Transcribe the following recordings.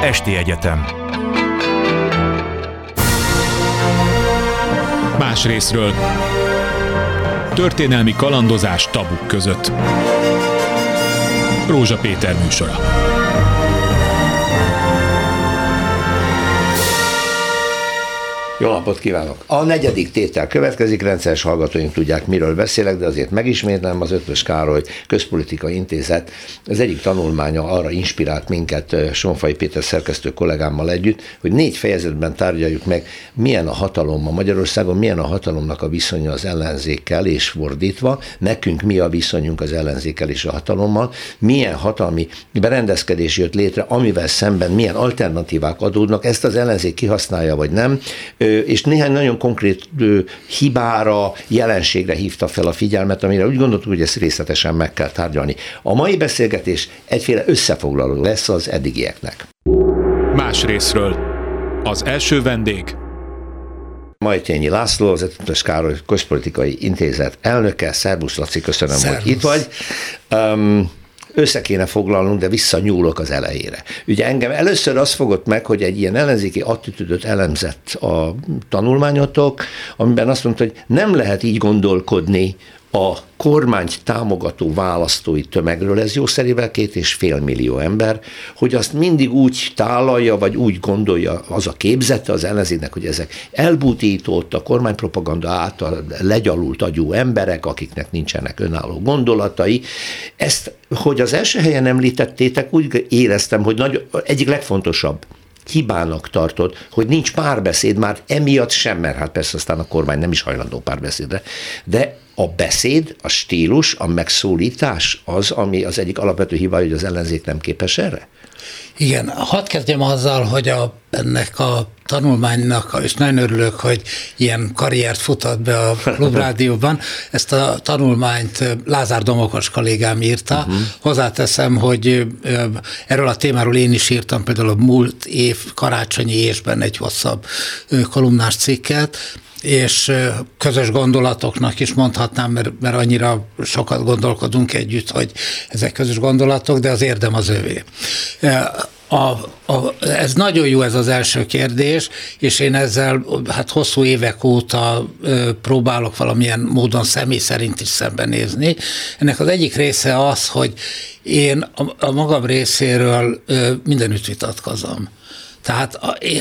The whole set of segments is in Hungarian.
Esti Egyetem. Más részről. Történelmi kalandozás tabuk között. Rózsa Péter műsora. Jó napot kívánok! A negyedik tétel következik, rendszeres hallgatóink tudják, miről beszélek, de azért megismétlem, az Eötvös Károly Közpolitikai Intézet az egyik tanulmánya arra inspirált minket Sonfai Péter szerkesztő kollégámmal együtt, hogy 4 fejezetben tárgyaljuk meg, milyen a hatalom ma Magyarországon, milyen a hatalomnak a viszonya az ellenzékkel, és fordítva, nekünk mi a viszonyunk az ellenzékkel és a hatalommal, milyen hatalmi berendezkedés jött létre, amivel szemben milyen alternatívák adódnak, ezt az ellenzék kihasználja vagy nem, és néhány nagyon konkrét hibára, jelenségre hívta fel a figyelmet, amire úgy gondoltuk, hogy ezt részletesen meg kell tárgyalni. A mai beszélgetés egyféle összefoglaló lesz az eddigieknek. Más részről. Az első vendég. Majtényi László, az Eötvös Károly Közpolitikai Intézet elnöke. Szerbusz, Laci, köszönöm, hogy itt vagy. Össze kéne foglalnunk, de visszanyúlok az elejére. Ugye engem először az fogott meg, hogy egy ilyen ellenzéki attitűdöt elemzett a tanulmányotok, amiben azt mondta, hogy nem lehet így gondolkodni a kormányt támogató választói tömegről, ez jószerével 2,5 millió ember, hogy azt mindig úgy tálalja, vagy úgy gondolja az a képzete az ellenzéknek, hogy ezek elbutított, a kormánypropaganda által legyalult agyú emberek, akiknek nincsenek önálló gondolatai. Ezt, hogy az első helyen említettétek, úgy éreztem, hogy egyik legfontosabb hibának tartod, hogy nincs párbeszéd már emiatt sem, mert hát persze aztán a kormány nem is hajlandó párbeszédre, de a beszéd, a stílus, a megszólítás az, ami az egyik alapvető hiba, hogy az ellenzék nem képes erre? Igen, hadd kezdjem azzal, hogy ennek a tanulmánynak, és nagyon örülök, hogy ilyen karriert futott be a Klubrádióban, ezt a tanulmányt Lázár Domokos kollégám írta. Hozzáteszem, hogy erről a témáról én is írtam például a múlt év karácsonyi ésben egy hosszabb kolumnás cikket, és közös gondolatoknak is mondhatnám, mert annyira sokat gondolkodunk együtt, hogy ezek közös gondolatok, de az érdem az övé. Ez nagyon jó, ez az első kérdés, és én ezzel hát hosszú évek óta próbálok valamilyen módon személy szerint is szembenézni. Ennek az egyik része az, hogy én a magam részéről mindenütt vitatkozom. Tehát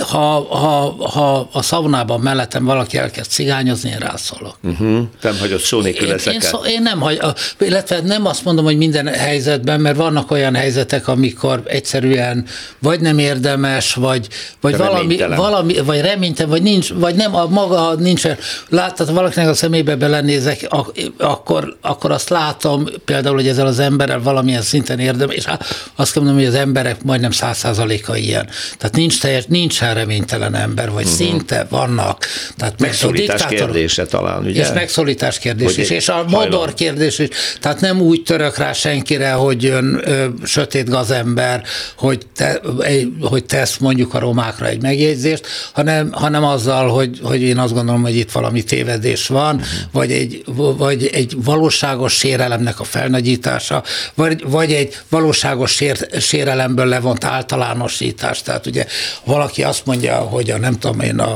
ha a szaunában mellettem valaki elkezd cigányozni, én rászólok. Nem hagyod szó nélkül ezeket. Én nem illetve nem azt mondom, hogy minden helyzetben, mert vannak olyan helyzetek, amikor egyszerűen vagy nem érdemes, vagy valami, vagy reménytelen, vagy nincs, vagy nem, a maga nincs. Láttad, valakinek a szemébe belenézek, akkor azt látom például, hogy ezzel az emberrel valamilyen szinten érdemes, és azt kell mondom, hogy az emberek majdnem 100%-a ilyen. Tehát nincsen reménytelen ember, vagy szinte vannak. Tehát megszólítás kérdése talán, ugye? És megszólítás kérdés is, és a modor kérdés is. Tehát nem úgy török rá senkire, hogy jön sötét gazember, hogy tesz mondjuk a romákra egy megjegyzést, hanem azzal, hogy én azt gondolom, hogy itt valami tévedés van, vagy egy valóságos sérelemnek a felnagyítása, vagy egy valóságos sérelemből levont általánosítás. Tehát ugye valaki azt mondja, hogy nem tudom én, a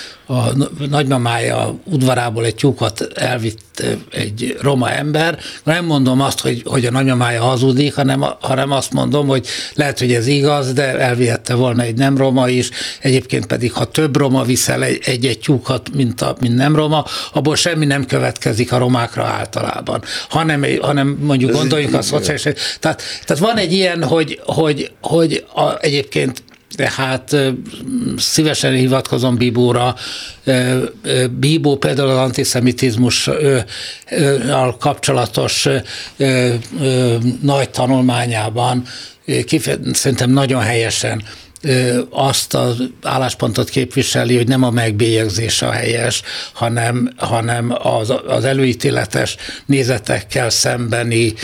nagymamája udvarából egy tyúkot elvitt egy roma ember, nem mondom azt, hogy a nagymamája hazudik, hanem azt mondom, hogy lehet, hogy ez igaz, de elvihette volna egy nem roma is, egyébként pedig, ha több roma viszel egy tyúkot, mint nem roma, abból semmi nem következik a romákra általában, hanem mondjuk gondoljunk a szociális... Tehát van egy ilyen, hogy egyébként de hát szívesen hivatkozom Bíbóra. Bíbó például az antiszemitizmussal kapcsolatos nagy tanulmányában szerintem nagyon helyesen azt az álláspontot képviseli, hogy nem a megbélyegzés a helyes, hanem az előítéletes nézetekkel szembeni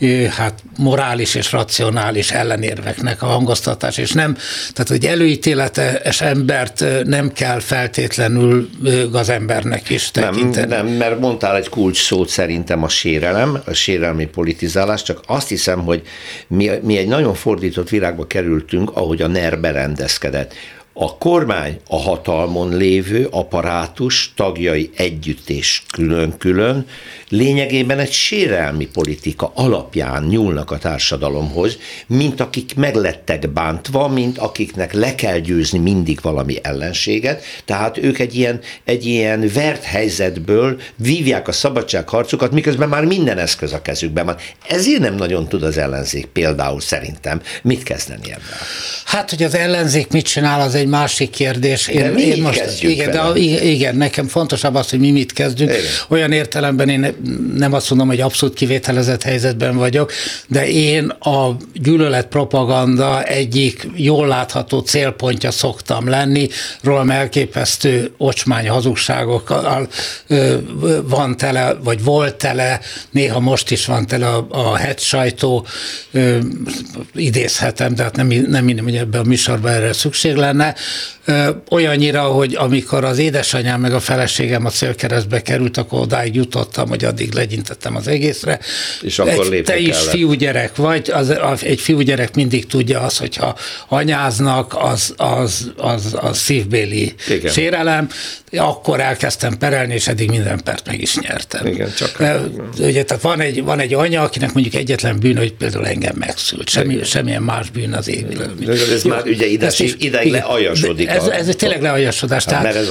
hát morális és racionális ellenérveknek a hangoztatás, és nem, tehát hogy előítéletes embert nem kell feltétlenül gazembernek is tekinteni. Nem, mert mondtál egy kulcs szót szerintem, a sérelmi politizálás, csak azt hiszem, hogy mi egy nagyon fordított világba kerültünk, ahogy a NER berendezkedett. A kormány a hatalmon lévő apparátus tagjai együtt és külön-külön lényegében egy sérelmi politika alapján nyúlnak a társadalomhoz, mint akik meglettek bántva, mint akiknek le kell győzni mindig valami ellenséget, tehát ők egy ilyen vert helyzetből vívják a szabadságharcukat, miközben már minden eszköz a kezükben van. Ezért nem nagyon tud az ellenzék például szerintem mit kezdeni ebben. Hát, hogy az ellenzék mit csinál, az egy másik kérdés. Igen, nekem fontosabb az, hogy mi mit kezdünk. Igen. Olyan értelemben én nem azt mondom, hogy abszolút kivételezett helyzetben vagyok, de én a gyűlöletpropaganda egyik jól látható célpontja szoktam lenni, rólam elképesztő ocsmány hazugságokkal van tele, vagy volt tele, néha most is van tele a het sajtó, idézhetem, de hát nem minden, hogy ebben a műsorban erre szükség lenne. Olyannyira, hogy amikor az édesanyám meg a feleségem a célkeresztbe került, akkor odáig jutottam, hogy addig legyintettem az egészre. És akkor te is fiúgyerek vagy, egy fiúgyerek mindig tudja azt, hogyha anyáznak, az szívbéli igen. sérelem, akkor elkezdtem perelni, és eddig minden pert meg is nyertem. Igen, csak ugye, tehát van egy anya, akinek mondjuk egyetlen bűn, hogy például engem megszült. Semmilyen más bűn az évvileg. Ez már ugye ideig lealjasodik. Ez tényleg lealjasodás.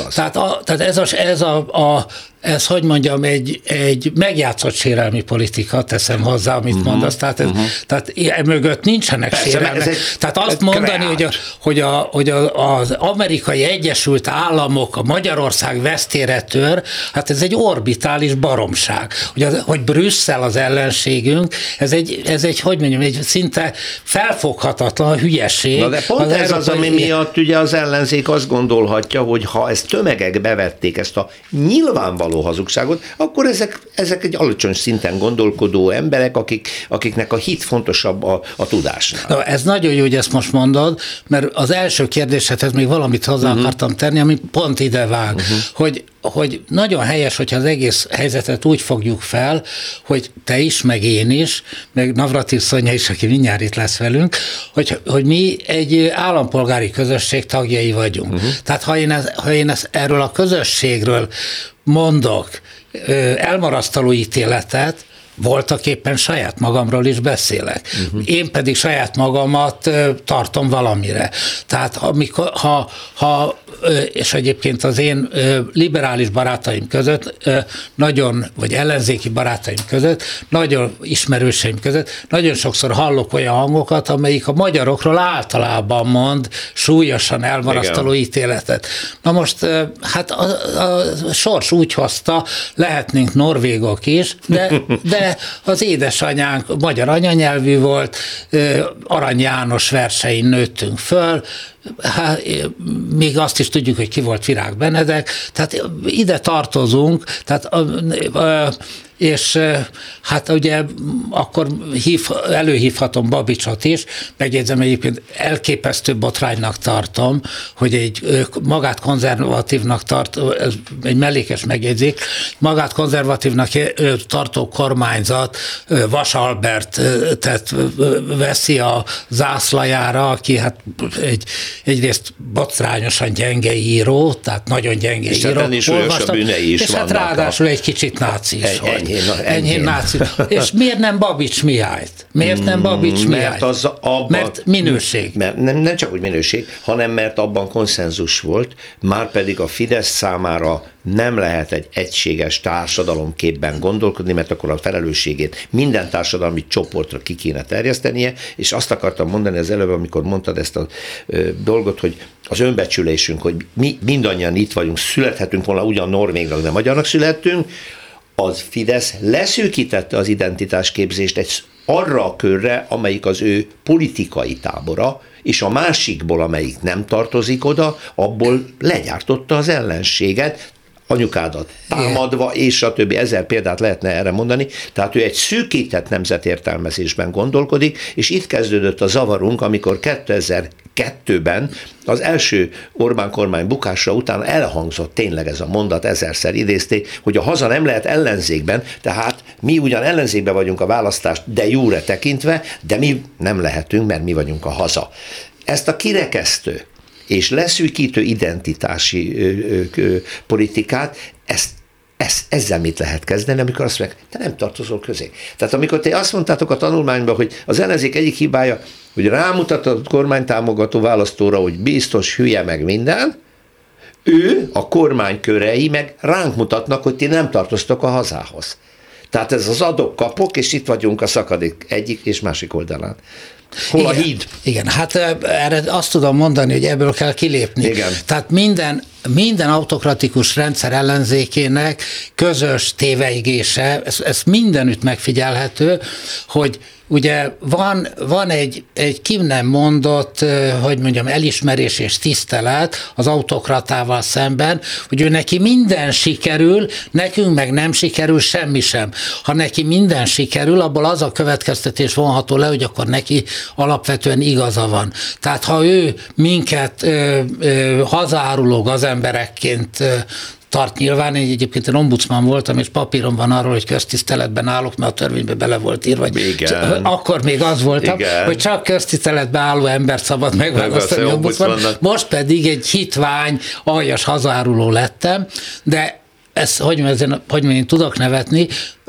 Ez, hogy mondjam, egy megjátszott sérelmi politika, teszem hozzá, amit mondasz, tehát mögött nincsenek sérelmek. Tehát azt mondani, hogy az Amerikai Egyesült Államok a Magyarország vesztére tör, hát ez egy orbitális baromság. Hogy Brüsszel az ellenségünk, ez egy, hogy mondjam, egy szinte felfoghatatlan hülyeség. Na de pont ez az, ami miatt ugye az ellenzék azt gondolhatja, hogy ha ezt tömegek bevették, ezt a nyilvánvaló hazugságot, akkor ezek egy alacsony szinten gondolkodó emberek, akiknek a hit fontosabb a tudásnál. Na, ez nagyon jó, hogy ezt most mondod, mert az első kérdésedhez még valamit hozzá akartam tenni, ami pont ide vág, hogy nagyon helyes, hogyha az egész helyzetet úgy fogjuk fel, hogy te is, meg én is, meg Navratil Szonya is, aki mindjárt itt lesz velünk, hogy mi egy állampolgári közösség tagjai vagyunk. Tehát ha én erről a közösségről mondok elmarasztaló ítéletet, voltak éppen saját magamról is beszélek. Én pedig saját magamat tartom valamire. Tehát és egyébként az én liberális barátaim között, vagy ellenzéki barátaim között, nagyon ismerőseim között, nagyon sokszor hallok olyan hangokat, amelyik a magyarokról általában mond súlyosan elmarasztaló ítéletet. Na most, hát a sors úgy hozta, lehetnénk norvégok is, de az édesanyánk magyar anyanyelvű volt, Arany János versein nőttünk föl, hát, még azt is tudjuk, hogy ki volt Virág Benedek, tehát ide tartozunk, tehát és hát ugye akkor előhívhatom Babicsot is, megjegyzem egyébként elképesztő botránynak tartom, hogy egy magát konzervatívnak egy mellékes megjegyzék, magát konzervatívnak tartó kormányzat Vas Albertet veszi a zászlajára, aki hát egyrészt botrányosan gyenge író, tehát nagyon gyenge és író. És hát ráadásul egy kicsit náci is volt. Enyhén náci. És miért nem Babics Mihályt? Mert minőség. Mert nem csak úgy minőség, hanem mert abban konszenzus volt, már pedig a Fidesz számára nem lehet egy egységes társadalomképben gondolkodni, mert akkor a felelősségét minden társadalmi csoportra ki kéne terjesztenie, és azt akartam mondani az előbb, amikor mondtad ezt a dolgot, hogy az önbecsülésünk, hogy mi mindannyian itt vagyunk, születhetünk volna ugyan norvégnak, de magyarnak születtünk, az Fidesz leszűkítette az identitásképzést arra a körre, amelyik az ő politikai tábora, és a másikból, amelyik nem tartozik oda, abból legyártotta az ellenséget, anyukádat támadva, és stb. 1000 példát lehetne erre mondani. Tehát ő egy szűkített nemzetértelmezésben gondolkodik, és itt kezdődött a zavarunk, amikor 2002-ben az első Orbán kormány bukása után elhangzott tényleg ez a mondat, 1000-szer idézték, hogy a haza nem lehet ellenzékben, tehát mi ugyan ellenzékben vagyunk a választást de jure tekintve, de mi nem lehetünk, mert mi vagyunk a haza. Ezt a kirekesztő és leszűkítő identitási politikát, ezzel mit lehet kezdeni, amikor azt mondják, te nem tartozol közé. Tehát amikor te azt mondtátok a tanulmányban, hogy az ellenzék egyik hibája, hogy rámutat a kormánytámogató választóra, hogy biztos hülye meg minden, ő, a kormánykörei meg ránk mutatnak, hogy ti nem tartoztok a hazához. Tehát ez az adok-kapok, és itt vagyunk a szakadék egyik és másik oldalán. Hol a híd? Igen, hát erre azt tudom mondani, hogy ebből kell kilépni. Igen. Tehát minden autokratikus rendszer ellenzékének közös téveigése, ez mindenütt megfigyelhető, hogy ugye van egy ki nem mondott, hogy mondjam, elismerés és tisztelet az autokratával szemben, hogy ő neki minden sikerül, nekünk meg nem sikerül semmi sem. Ha neki minden sikerül, abból az a következtetés vonható le, hogy akkor neki alapvetően igaza van. Tehát ha ő minket hazáruló gazemberekként tart nyilván, én egyébként én ombudsman voltam, és papírom van arról, hogy köztiszteletben állok, mert a törvénybe bele volt írva, hogy akkor még az voltam, hogy csak köztiszteletben álló embert szabad megválasztani ombudsman. Most pedig egy hitvány, aljas hazáruló lettem, de ezt, hogy én tudok nevetni,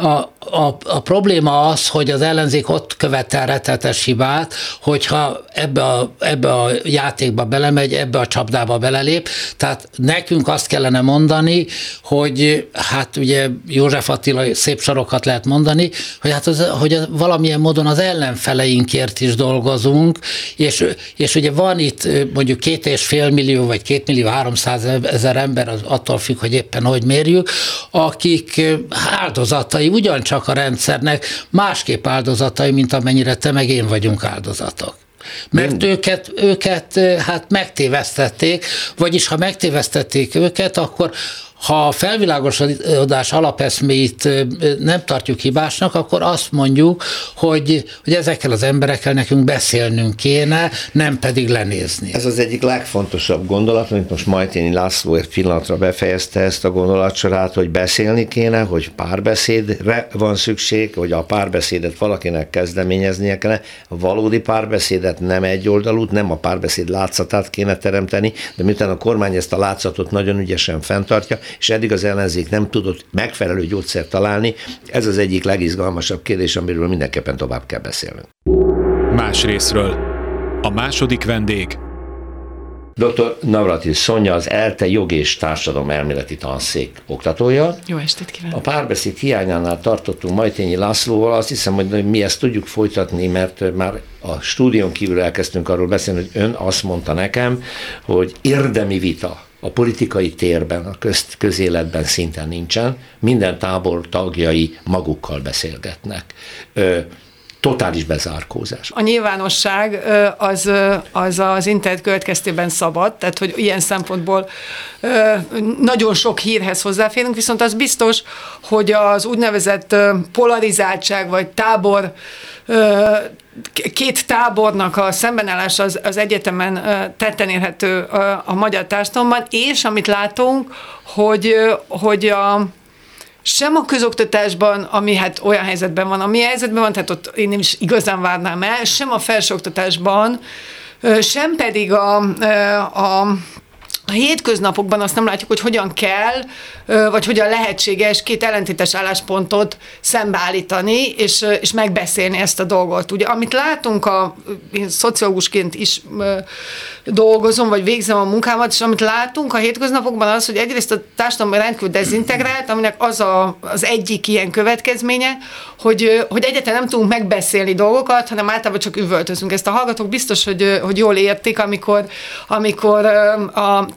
a probléma az, hogy az ellenzék ott követel rettenetes hibát, hogyha ebbe a játékba belemegy, ebbe a csapdába belelép. Tehát nekünk azt kellene mondani, hogy hát ugye József Attila szép sorokat lehet mondani, hogy hát hogy valamilyen módon az ellenfeleinkért is dolgozunk, és ugye van itt mondjuk 2,5 millió vagy 2.300.000 ember, az attól függ, hogy éppen hogy mérjük, akik áldozatai ugyancsak a rendszernek, másképp áldozatai, mint amennyire te meg én vagyunk áldozatok. Mert őket hát megtévesztették, vagyis ha megtévesztették őket, akkor ha a felvilágosodás alapeszméit nem tartjuk hibásnak, akkor azt mondjuk, hogy ezekkel az emberekkel nekünk beszélnünk kéne, nem pedig lenézni. Ez az egyik legfontosabb gondolat, amit most Majtényi László egy pillanatra befejezte ezt a gondolatsorát, hogy beszélni kéne, hogy párbeszédre van szükség, hogy a párbeszédet valakinek kezdeményeznie kellene. A valódi párbeszédet nem egyoldalút, nem a párbeszéd látszatát kéne teremteni, de miután a kormány ezt a látszatot nagyon ügyesen fenntartja, és eddig az ellenzék nem tudott megfelelő gyógyszert találni. Ez az egyik legizgalmasabb kérdés, amiről mindenképpen tovább kell beszélnünk. Más részről. A második vendég. Dr. Navratil Szonya, az ELTE jog és társadalomelméleti tanszék oktatója. Jó estét kívánok! A párbeszéd hiányánál tartottunk Majtényi Lászlóval. Azt hiszem, hogy mi ezt tudjuk folytatni, mert már a stúdión kívül elkezdtünk arról beszélni, hogy ön azt mondta nekem, hogy érdemi vita a politikai térben, a közéletben szinten nincsen, minden tábor tagjai magukkal beszélgetnek. Totális bezárkózás. A nyilvánosság az internet következtében szabad, tehát hogy ilyen szempontból nagyon sok hírhez hozzáférünk, viszont az biztos, hogy az úgynevezett polarizáltság vagy tábor, két tábornak a szembenállás az egyetemen tetten érhető a magyar társadalomban, és amit látunk, hogy sem a közoktatásban, ami hát olyan helyzetben van, ami helyzetben van, tehát ott én nem is igazán várnám el, sem a felsőoktatásban, sem pedig a hétköznapokban azt nem látjuk, hogy hogyan kell, vagy hogyan lehetséges két ellentétes álláspontot szembeállítani, és megbeszélni ezt a dolgot. Ugye, amit látunk, én szociológusként is dolgozom, vagy végzem a munkámat, és amit látunk a hétköznapokban az, hogy egyrészt a társadalom rendkívül dezintegrált, aminek az egyik ilyen következménye, hogy egyáltalán nem tudunk megbeszélni dolgokat, hanem általában csak üvöltözünk. Ezt a hallgatók biztos, hogy jól értik, amikor a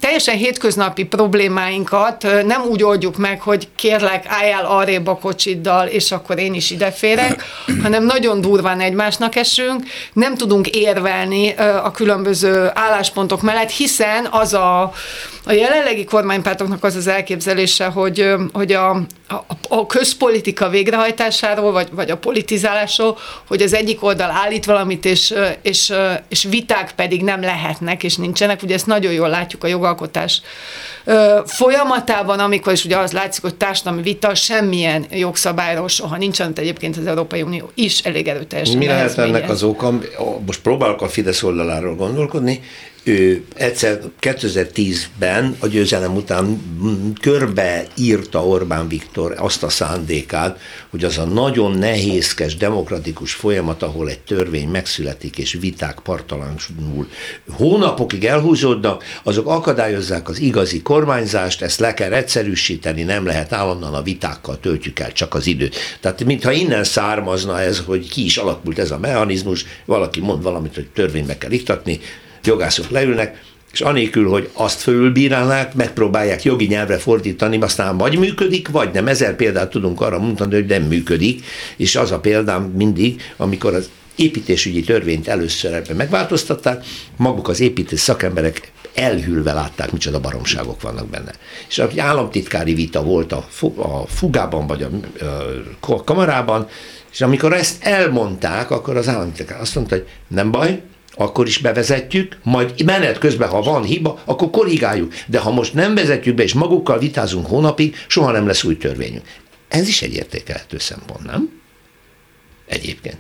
teljesen hétköznapi problémáinkat nem úgy oldjuk meg, hogy kérlek, álljál arrébb a kocsiddal, és akkor én is ideférek, hanem nagyon durván egymásnak esünk, nem tudunk érvelni a különböző álláspontok mellett, hiszen az a jelenlegi kormánypártoknak az az elképzelése, hogy a közpolitika végrehajtásáról, vagy a politizálásról, hogy az egyik oldal állít valamit, és viták pedig nem lehetnek, és nincsenek. Ugye ezt nagyon jól látjuk a jogalkotás folyamatában, amikor is ugye az látszik, hogy társadalmi vita semmilyen jogszabályról soha nincsen, egyébként az Európai Unió is elég erőteljesen. Mi lehet ennek az oka? Most próbálok a Fidesz oldaláról gondolkodni. Ő egyszer 2010-ben a győzelem után körbeírta Orbán Viktor azt a szándékát, hogy az a nagyon nehézkes demokratikus folyamat, ahol egy törvény megszületik és viták partalanul hónapokig elhúzódnak, azok akadályozzák az igazi kormányzást, ezt le kell egyszerűsíteni, nem lehet állandóan a vitákkal töltjük el csak az időt. Tehát mintha innen származna ez, hogy ki is alakult ez a mechanizmus, valaki mond valamit, hogy törvénybe kell iktatni, jogászok leülnek, és anélkül, hogy azt fölülbírálnák, megpróbálják jogi nyelvre fordítani, aztán vagy működik, vagy nem. 1000 példát tudunk arra mondani, hogy nem működik, és az a példám mindig, amikor az építésügyi törvényt először ebben megváltoztatták, maguk az építész szakemberek elhűlve látták, micsoda baromságok vannak benne. És egy államtitkári vita volt a Fugában, vagy a kamarában, és amikor ezt elmondták, akkor az államtitkár azt mondta, hogy nem baj, akkor is bevezetjük, majd menet közben, ha van hiba, akkor korrigáljuk. De ha most nem vezetjük be, és magukkal vitázunk hónapig, soha nem lesz új törvényünk. Ez is egy értékelhető szempont, nem? Egyébként.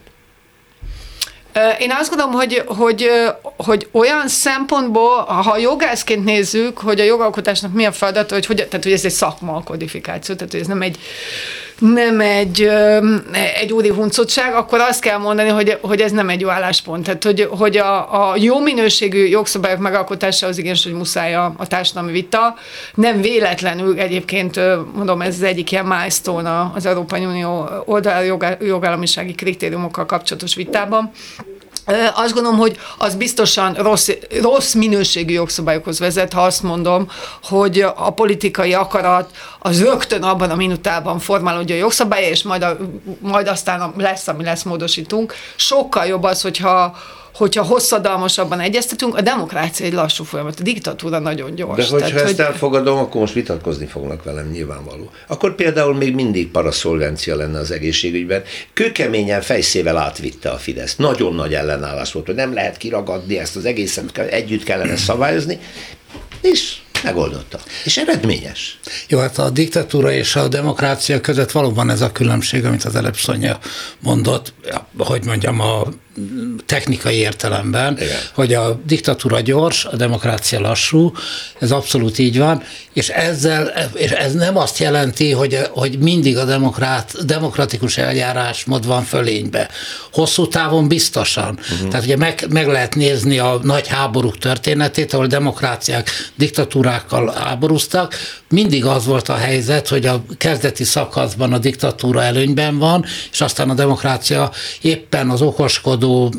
Én azt gondolom, hogy olyan szempontból, ha jogászként nézzük, hogy a jogalkotásnak mi a feladata, tehát hogy ez egy szakma, a kodifikáció, tehát hogy ez nem egy úri huncutság, akkor azt kell mondani, hogy ez nem egy jó álláspont. Tehát, hogy a jó minőségű jogszabályok megalkotása az igenis, hogy muszáj a társadalmi vita. Nem véletlenül egyébként, mondom, ez az egyik ilyen milestone az Európai Unió oldalra jogállamisági kritériumokkal kapcsolatos vitában. Azt gondolom, hogy az biztosan rossz minőségű jogszabályokhoz vezet, ha azt mondom, hogy a politikai akarat az rögtön abban a minutában formálódja a jogszabály, és majd aztán lesz, ami lesz, módosítunk. Sokkal jobb az, hogyha hosszadalmasabban egyeztetünk, a demokrácia egy lassú folyamat, a diktatúra nagyon gyors. De hogyha ezt elfogadom, akkor most vitatkozni fognak velem, nyilvánvaló. Akkor például még mindig paraszolvencia lenne az egészségügyben. Kőkeményen fejszével átvitte a Fidesz. Nagyon nagy ellenállás volt, hogy nem lehet kiragadni ezt az egészet, együtt kellene szabályozni, és megoldotta. És eredményes. Jó, hát a diktatúra és a demokrácia között valóban ez a különbség, amit az előbb Szonya mondott, hogy mondjam, a technikai értelemben, igen, hogy a diktatúra gyors, a demokrácia lassú, ez abszolút így van, és ez nem azt jelenti, hogy mindig a demokratikus eljárásmód van fölénybe. Hosszú távon biztosan. Tehát ugye meg lehet nézni a nagy háborúk történetét, ahol demokráciák diktatúrákkal háborúztak. Mindig az volt a helyzet, hogy a kezdeti szakaszban a diktatúra előnyben van, és aztán a demokrácia éppen az okoskodó,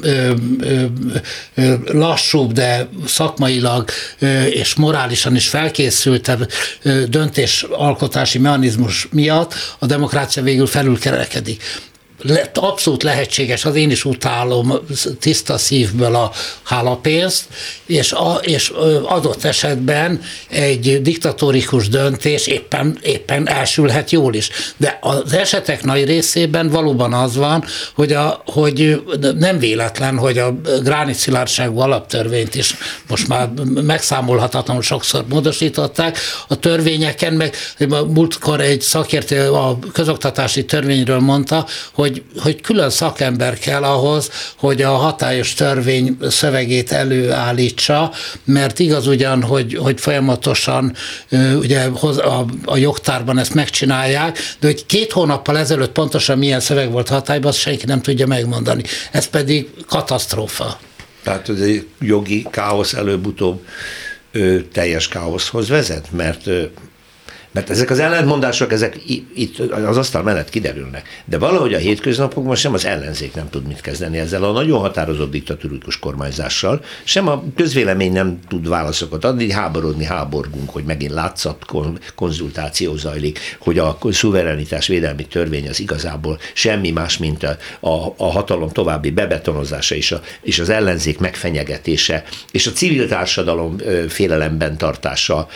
lassúbb, de szakmailag és morálisan is felkészültebb döntésalkotási mechanizmus miatt a demokrácia végül felülkerekedik. Abszolút lehetséges, az én is utálom tiszta szívből a hálapénzt, és adott esetben egy diktatórikus döntés éppen elsülhet jól is. De az esetek nagy részében valóban az van, hogy nem véletlen, hogy a Gránic szilárdságú alaptörvényt is most már megszámolhatatlanul sokszor módosították. A törvényeken, meg múltkor egy szakértő a közoktatási törvényről mondta, hogy külön szakember kell ahhoz, hogy a hatályos törvény szövegét előállítsa, mert igaz ugyan, hogy folyamatosan ugye a jogtárban ezt megcsinálják, de hogy 2 hónappal ezelőtt pontosan milyen szöveg volt hatályban, azt senki nem tudja megmondani. Ez pedig katasztrófa. Tehát ez egy jogi káosz előbb-utóbb teljes káoszhoz vezet, mert Mert ezek az ellentmondások, ezek itt az asztal mellett kiderülnek. De valahogy a hétköznapokban sem az ellenzék nem tud mit kezdeni ezzel a nagyon határozott diktatúrikus kormányzással, sem a közvélemény nem tud válaszokat adni, háborgunk, hogy megint látszat konzultáció zajlik, hogy a szuverenitás védelmi törvény az igazából semmi más, mint a hatalom további bebetonozása és az ellenzék megfenyegetése, és a civil társadalom félelemben tartása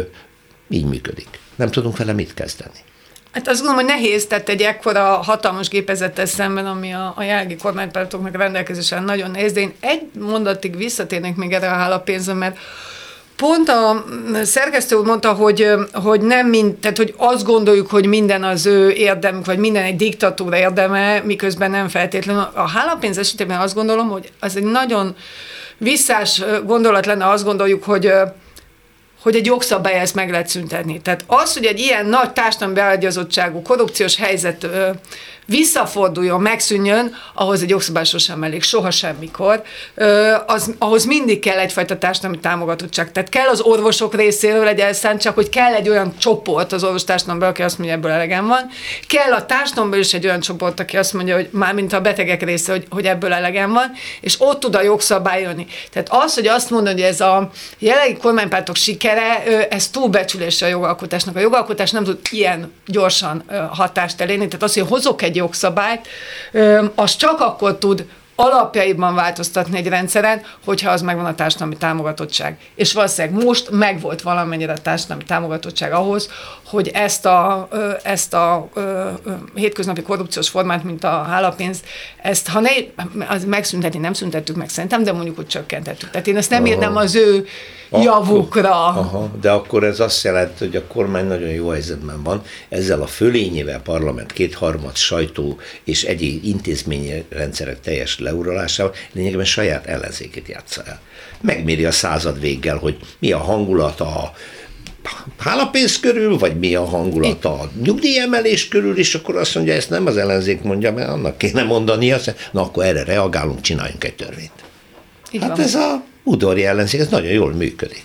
így működik. Nem tudunk vele mit kezdeni. Hát azt gondolom, hogy nehéz, tehát egy ekkora hatalmas gépezettel szemben, ami a jelenlegi kormánypártoknak rendelkezésen nagyon nehéz, de én egy mondatig visszatérnék még erre a hálapénzre, mert pont a szerkesztő úr mondta, hogy nem tehát hogy azt gondoljuk, hogy minden az ő érdemük, vagy minden egy diktatúra érdeme, miközben nem feltétlenül. A hálapénz esetében azt gondolom, hogy az egy nagyon visszás gondolat lenne, azt gondoljuk, hogy egy jogszabály ezt meg lehet szüntetni. Tehát az, hogy egy ilyen nagy társadalmi beágyazottságú korrupciós helyzet visszaforduljon, megszűnjön, ahhoz egy jogszabály sosem elég, soha semmikor. Ahhoz mindig kell egyfajta társadalmi támogatottság. Tehát kell az orvosok részéről egy elszántság, hogy kell egy olyan csoport az orvostársadalomban, aki azt mondja, ebből elegem van. Kell a társadalomban is egy olyan csoport, aki azt mondja, hogy mármint a betegek része, hogy ebből elegem van, és ott tud a jogszabály jönni. Tehát az, hogy azt mondod, hogy ez a jelenlegi kormánypártok sikere, ez túlbecsülése a jogalkotásnak. A jogalkotás nem tud ilyen gyorsan hatást elérni. Tehát az, hogy hozok egy jogszabályt, az csak akkor tud alapjaiban változtatni egy rendszeren, hogyha az megvan a társadalmi támogatottság. És valószínűleg most megvolt valamennyire a társadalmi támogatottság ahhoz, hogy ezt a hétköznapi korrupciós formát, mint a hálapénz, ezt ha megszüntetni nem szüntettük meg szerintem, de mondjuk, hogy csökkentettük. Tehát én ezt nem értem az ő javukra. De akkor ez azt jelenti, hogy a kormány nagyon jó helyzetben van, ezzel a fölényével parlament, 2/3 sajtó és egyéb intézményrendszerek teljes leuralásával lényegében saját ellenzékét játsza el. Megméri a század véggel, hogy mi a hangulat a hálapénz körül, vagy mi a hangulat a nyugdíjemelés körül, és akkor azt mondja, ezt nem az ellenzék mondja, mert annak kéne mondani, na akkor erre reagálunk, csináljunk egy törvényt. Hát ez a udvari ellenzék, ez nagyon jól működik.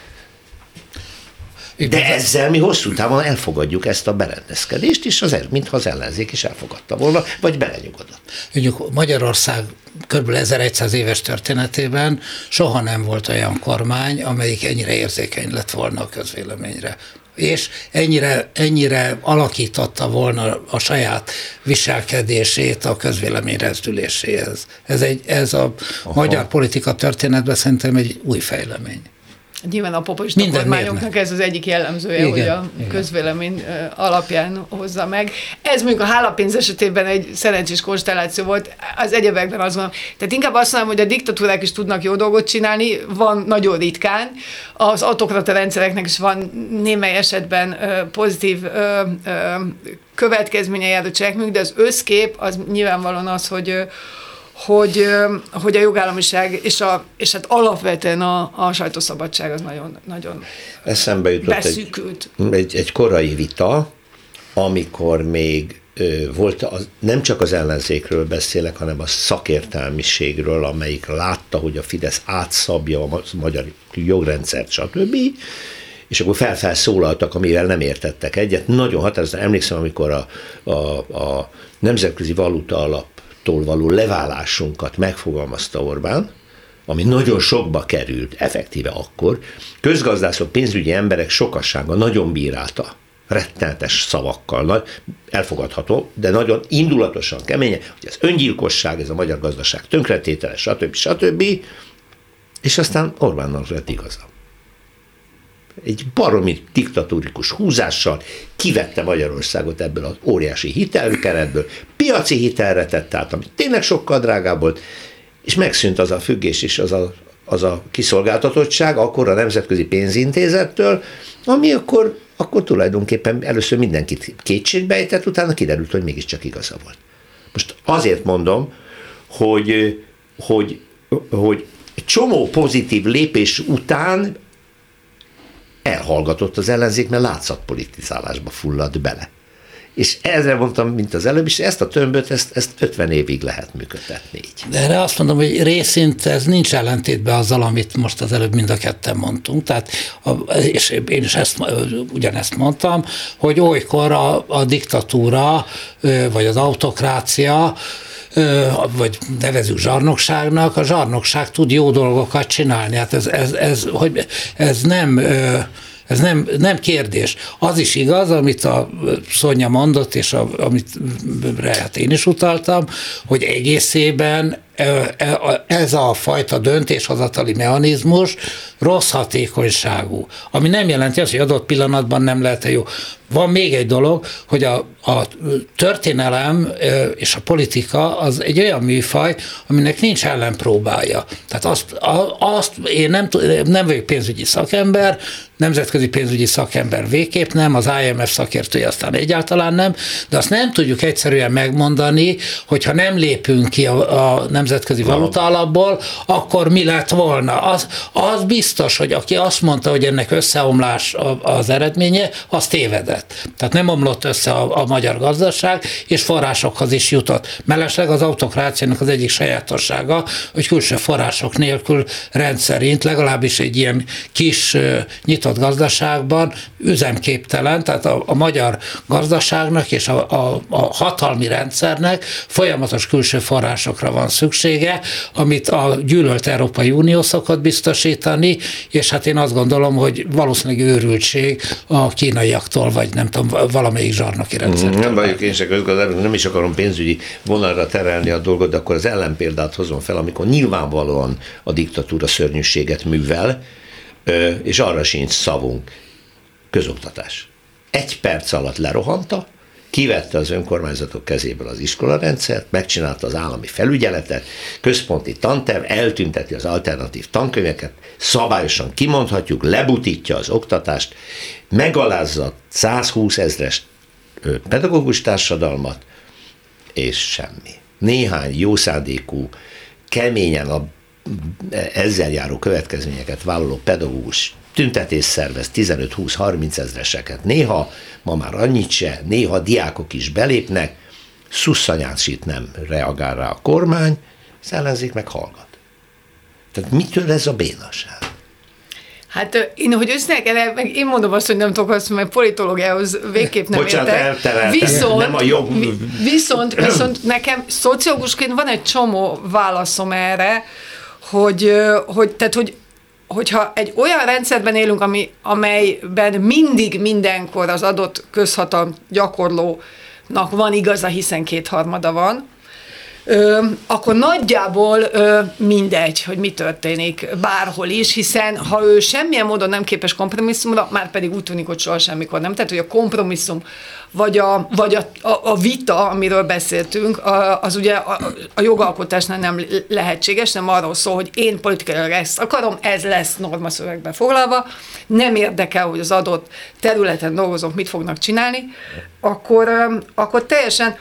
De ezzel mi hosszú távon elfogadjuk ezt a berendezkedést, és mintha az ellenzék is elfogadta volna, vagy belenyugodott. Mondjuk Magyarország kb. 1100 éves történetében soha nem volt olyan kormány, amelyik ennyire érzékeny lett volna a közvéleményre. És ennyire alakította volna a saját viselkedését a közvélemény rezdüléséhez. Ez a magyar politika történetben szerintem egy új fejlemény. Nyilván a populista kormányoknak ez az egyik jellemzője, igen, hogy a közvélemény alapján hozza meg. Ez mondjuk a hálapénz esetében egy szerencsés konstelláció volt, az egyebekben azt mondom. Tehát inkább azt mondom, hogy a diktatúrák is tudnak jó dolgot csinálni, van nagyon ritkán, az autokrata rendszereknek is van némely esetben pozitív következménye járó cselekményük, de az összkép az nyilvánvalóan az, hogy a jogállamiság és hát alapvetően a sajtószabadság az nagyon, nagyon eszembe jutott beszűkült. Egy korai vita, amikor még volt, nem csak az ellenzékről beszélek, hanem a szakértelmiségről, amelyik látta, hogy a Fidesz átszabja a magyar jogrendszert, stb., és akkor felszólaltak, amivel nem értettek egyet. Nagyon határozottan emlékszem, amikor a Nemzetközi Valuta Alaptól való leválásunkat megfogalmazta Orbán, ami nagyon sokba került, effektíve akkor, közgazdászok, pénzügyi emberek sokassága nagyon bírálta, rettenetes szavakkal, elfogadható, de nagyon indulatosan, keményen, hogy ez öngyilkosság, ez a magyar gazdaság tönkretétele, stb. És aztán Orbánnak lett igaza. Egy baromi diktatúrikus húzással kivette Magyarországot ebből az óriási hitelkeretből, piaci hitelre tett át, ami tényleg sokkal drágább volt, és megszűnt az a függés és az a kiszolgáltatottság akkor a Nemzetközi Pénzintézettől, ami akkor tulajdonképpen először mindenkit kétségbe ejtett, utána kiderült, hogy mégiscsak igaza volt. Most azért mondom, hogy egy csomó pozitív lépés után elhallgatott az ellenzék, mert látszatpolitizálásba fulladt bele. És ezzel mondtam, mint az előbb is, ezt a tömböt, ezt 50 évig lehet működtetni így. De erre azt mondom, hogy részint ez nincs ellentétben azzal, amit most az előbb mind a ketten mondtunk. Tehát, és én is ugyanezt mondtam, hogy olykor a diktatúra, vagy az autokrácia, vagy nevezzük zsarnokságnak, a zsarnokság tud jó dolgokat csinálni. Hát ez nem kérdés. Az is igaz, amit a Szonya mondott, és amit hát én is utaltam, hogy egészében ez a fajta döntéshozatali mechanizmus rossz hatékonyságú, ami nem jelenti azt, hogy adott pillanatban nem lehet jó. Van még egy dolog, hogy a történelem és a politika az egy olyan műfaj, aminek nincs ellenpróbája. Tehát azt én nem vagyok pénzügyi szakember, nemzetközi pénzügyi szakember végképp nem, az IMF szakértője aztán egyáltalán nem, de azt nem tudjuk egyszerűen megmondani, hogyha nem lépünk ki a nemzetközi valuta alapból, akkor mi lett volna. Az biztos, hogy aki azt mondta, hogy ennek összeomlás az eredménye, az tévedett. Tehát nem omlott össze a magyar gazdaság, és forrásokhoz is jutott. Mellesleg az autokráciának az egyik sajátossága, hogy külső források nélkül rendszerint, legalábbis egy ilyen kis nyitott gazdaságban üzemképtelen, tehát a magyar gazdaságnak és a hatalmi rendszernek folyamatos külső forrásokra van szüksége, amit a gyűlölt Európai Unió szokott biztosítani, és hát én azt gondolom, hogy valószínűleg őrültség a kínaiaktól, vagy nem tudom, valamelyik zsarnoki rendszertől. Nem vagyok én se közgazdász, nem is akarom pénzügyi vonalra terelni a dolgot, de akkor az ellenpéldát hozom fel, amikor nyilvánvalóan a diktatúra szörnyűséget művel, és arra sincs szavunk. Közoktatás. 1 perc alatt lerohanta, kivette az önkormányzatok kezéből az iskolarendszert, megcsinálta az állami felügyeletet, központi tanterv, eltünteti az alternatív tankönyveket, szabályosan kimondhatjuk, lebutítja az oktatást, megalázza 120 000 pedagógus társadalmat, és semmi. Néhány jószándékú, keményen ezzel járó következményeket vállaló pedagógus tüntetés szervez 15-20-30 ezreseket. Néha, ma már annyit se, néha diákok is belépnek, szusszanyácsit nem reagál rá a kormány, az ellenzék meg hallgat. Tehát mitől ez a bénaság? Hát én, hogy összenek, meg én mondom azt, hogy nem tudok azt, mert politológiához végképp nem értek. Viszont nekem szociológusként van egy csomó válaszom erre, hogyha egy olyan rendszerben élünk, amelyben mindig mindenkor az adott közhatalom gyakorlónak van igaza, hiszen 2/3 van, akkor nagyjából mindegy, hogy mi történik bárhol is, hiszen ha ő semmilyen módon nem képes kompromisszumra, már pedig úgy tűnik, hogy soha semmikor nem. Tehát, hogy a kompromisszum vagy a vita, amiről beszéltünk, az ugye a jogalkotásnál nem lehetséges, nem arról szól, hogy én politikailag ezt akarom, ez lesz normaszövegbe foglalva, nem érdekel, hogy az adott területen dolgozók mit fognak csinálni, akkor teljesen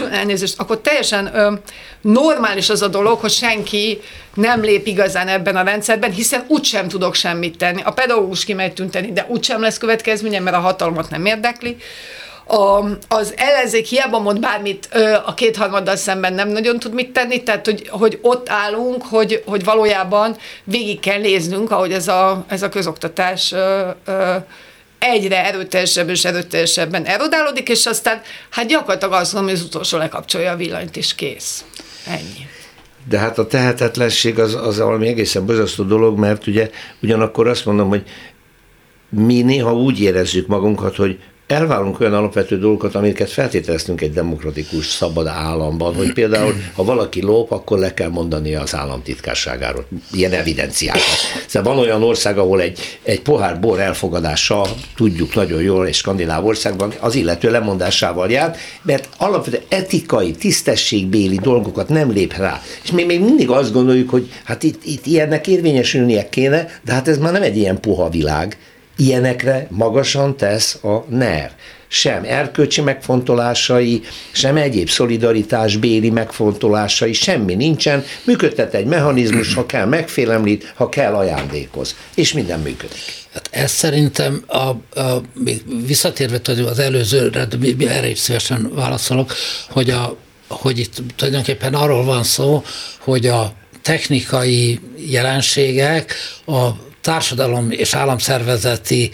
normális az a dolog, hogy senki nem lép igazán ebben a rendszerben, hiszen úgysem tudok semmit tenni. A pedagógus kimegy tünteni, de úgysem lesz következménye, mert a hatalmat nem érdekli. Az ellenzék hiába mond bármit, a 2/3 szemben nem nagyon tud mit tenni, tehát hogy ott állunk, hogy valójában végig kell néznünk, ahogy ez a közoktatás egyre erőteljesebb és erőteljesebben erodálódik, és aztán hát gyakorlatilag azt mondom, hogy az utolsó lekapcsolja a villanyt, és kész. Ennyi. De hát a tehetetlenség az valami egészen borzasztó dolog, mert ugye ugyanakkor azt mondom, hogy mi néha úgy érezzük magunkat, hogy elválunk olyan alapvető dolgokat, amiket feltételeztünk egy demokratikus, szabad államban, hogy például, ha valaki lop, akkor le kell mondani az államtitkárságáról. Ilyen evidenciákat. Szóval van olyan ország, ahol egy pohár bor elfogadása, tudjuk nagyon jól, és skandináv országban az illető lemondásával jár, mert alapvetően etikai, tisztességbéli dolgokat nem lép rá. És mi még mindig azt gondoljuk, hogy hát itt ilyennek érvényesülnie kéne, de hát ez már nem egy ilyen puha világ. Ilyenekre magasan tesz a NER. sem erkölcsi megfontolásai, sem egyéb szolidaritásbéli megfontolásai, semmi nincsen, működtet egy mechanizmus, ha kell megfélemlít, ha kell ajándékoz, és minden működik. Hát ez szerintem, visszatérve az előzőre, de erre is szívesen válaszolok, hogy itt tulajdonképpen arról van szó, hogy a technikai jelenségek a társadalom és államszervezeti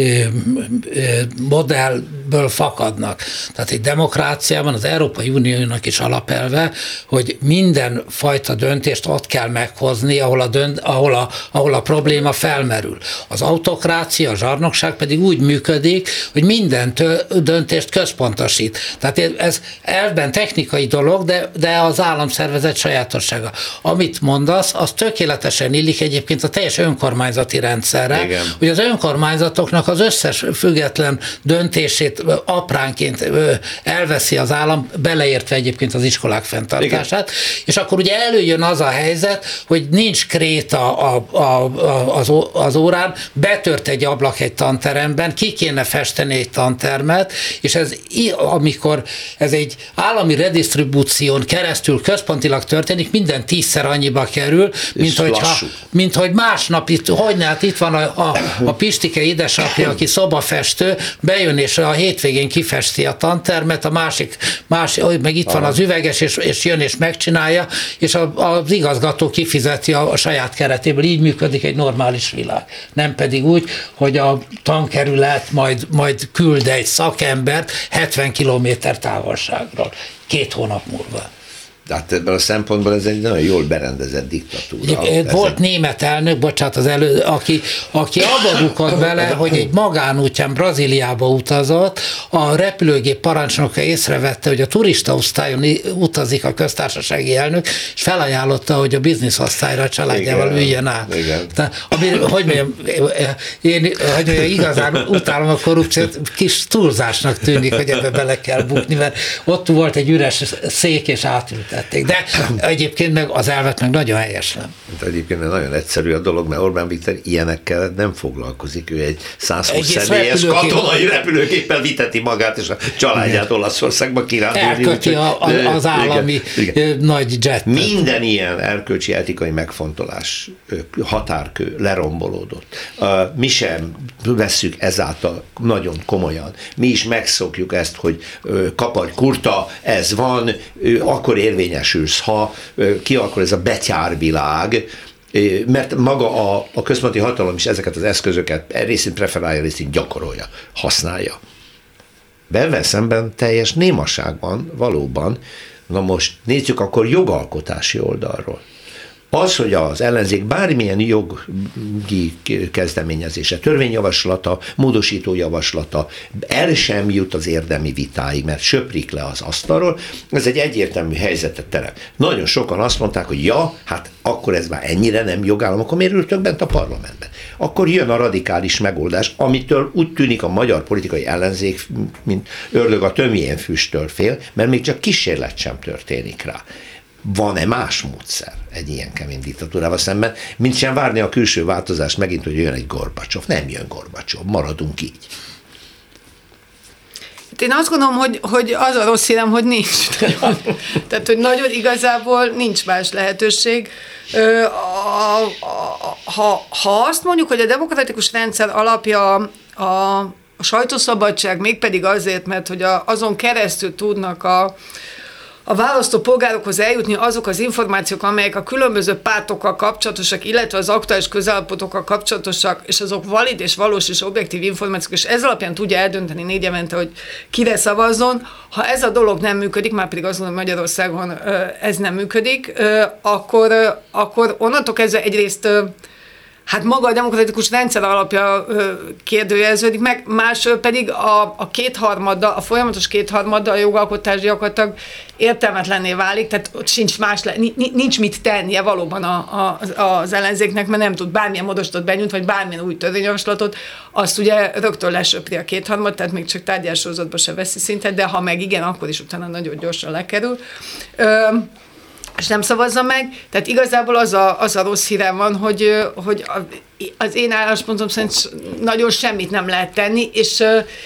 modellből fakadnak. Tehát egy demokráciában az Európai Uniónak is alapelve, hogy minden fajta döntést ott kell meghozni, ahol a probléma felmerül. Az autokrácia, a zsarnokság pedig úgy működik, hogy minden döntést központosít. Tehát ez elvben technikai dolog, de az államszervezet sajátossága. Amit mondasz, az tökéletesen illik egyébként a teljes önkormányzati rendszerre, igen. Hogy az önkormányzatoknak az összes független döntését apránként elveszi az állam, beleértve egyébként az iskolák fenntartását, igen. És akkor ugye előjön az a helyzet, hogy nincs kréta az órán, betört egy ablak egy tanteremben, ki kéne festeni egy tantermet, és amikor ez egy állami redistribúción keresztül központilag történik, minden 10-szer annyiba kerül, mint hogy másnap itt van a Pistike édesapja, aki szobafestő, bejön és a hétvégén kifesti a tantermet, a másik meg itt van az üveges, és jön és megcsinálja, és az igazgató kifizeti a saját keretéből. Így működik egy normális világ. Nem pedig úgy, hogy a tankerület majd küld egy szakembert 70 kilométer távolságról 2 hónap múlva. Tehát ebben a szempontból ez egy nagyon jól berendezett diktatúra. Volt német elnök, bocsánat, aki abba bukott bele, hogy egy magánútján Brazíliába utazott, a repülőgép parancsnoka észrevette, hogy a turistaosztályon utazik a köztársasági elnök, és felajánlotta, hogy a bizniszosztályra a családjával üljön át. Én igazán utálom a korrupciót, kis túlzásnak tűnik, hogy ebbe bele kell bukni, mert ott volt egy üres szék, és átült. De egyébként meg az elvet meg nagyon helyeslem. Egyébként nagyon egyszerű a dolog, mert Orbán Viktor ilyenekkel nem foglalkozik. Ő egy 120 személyes katonai repülőgéppel viteti magát és a családját Olaszországba kirándulni. Elköti az állami nagy jet. Minden ilyen erkölcsi etikai megfontolás, határkő lerombolódott. Mi sem vesszük ezáltal nagyon komolyan. Mi is megszokjuk ezt, hogy kaparj kurta, ez van, akkor érvényesülsz, ha kialakul ez a betyárvilág, mert maga a központi hatalom is ezeket az eszközöket részint preferálja, részint gyakorolja, használja. Belvel szemben teljes némaság van valóban. Na most nézzük akkor jogalkotási oldalról. Az, hogy az ellenzék bármilyen jogi kezdeményezése, törvényjavaslata, módosító javaslata el sem jut az érdemi vitáig, mert söprik le az asztalról, ez egy egyértelmű helyzetet teremt. Nagyon sokan azt mondták, hogy hát akkor ez már ennyire nem jogállam, akkor miért ültök bent a parlamentben? Akkor jön a radikális megoldás, amitől úgy tűnik a magyar politikai ellenzék, mint ördög a tömjén füsttől fél, mert még csak kísérlet sem történik rá. Van-e más módszer egy ilyen kemény diktatúrával szemben, mint sem várni a külső változást megint, hogy jön egy Gorbacsov. Nem jön Gorbacsov, maradunk így. Én azt gondolom, hogy az a rossz hírem, hogy nincs. Tehát, hogy nagyon igazából nincs más lehetőség. Ha azt mondjuk, hogy a demokratikus rendszer alapja a sajtószabadság, mégpedig azért, mert hogy azon keresztül tudnak a választópolgárokhoz eljutni azok az információk, amelyek a különböző pártokkal kapcsolatosak, illetve az aktuális közállapotokkal kapcsolatosak, és azok valid és valós és objektív információk, és ez alapján tudja eldönteni 4 évente, hogy kire szavazzon. Ha ez a dolog nem működik, már pedig azt mondom, Magyarországon ez nem működik, akkor onnantól kezdve egyrészt hát maga a demokratikus rendszer alapja kérdőjeleződik meg, másról pedig a folyamatos kétharmaddal a jogalkotás gyakorlatilag értelmetlenné válik, tehát ott nincs mit tennie valóban az ellenzéknek, mert nem tud bármilyen módosítót benyújtani, vagy bármilyen új törvényjavaslatot, azt ugye rögtön lesöpri a kétharmad, tehát még csak tárgyalássorozatba se veszi szintet, de ha meg igen, akkor is utána nagyon gyorsan lekerül. És nem szavazza meg, tehát igazából az a rossz hírem van, hogy az én álláspontom szerint nagyon semmit nem lehet tenni,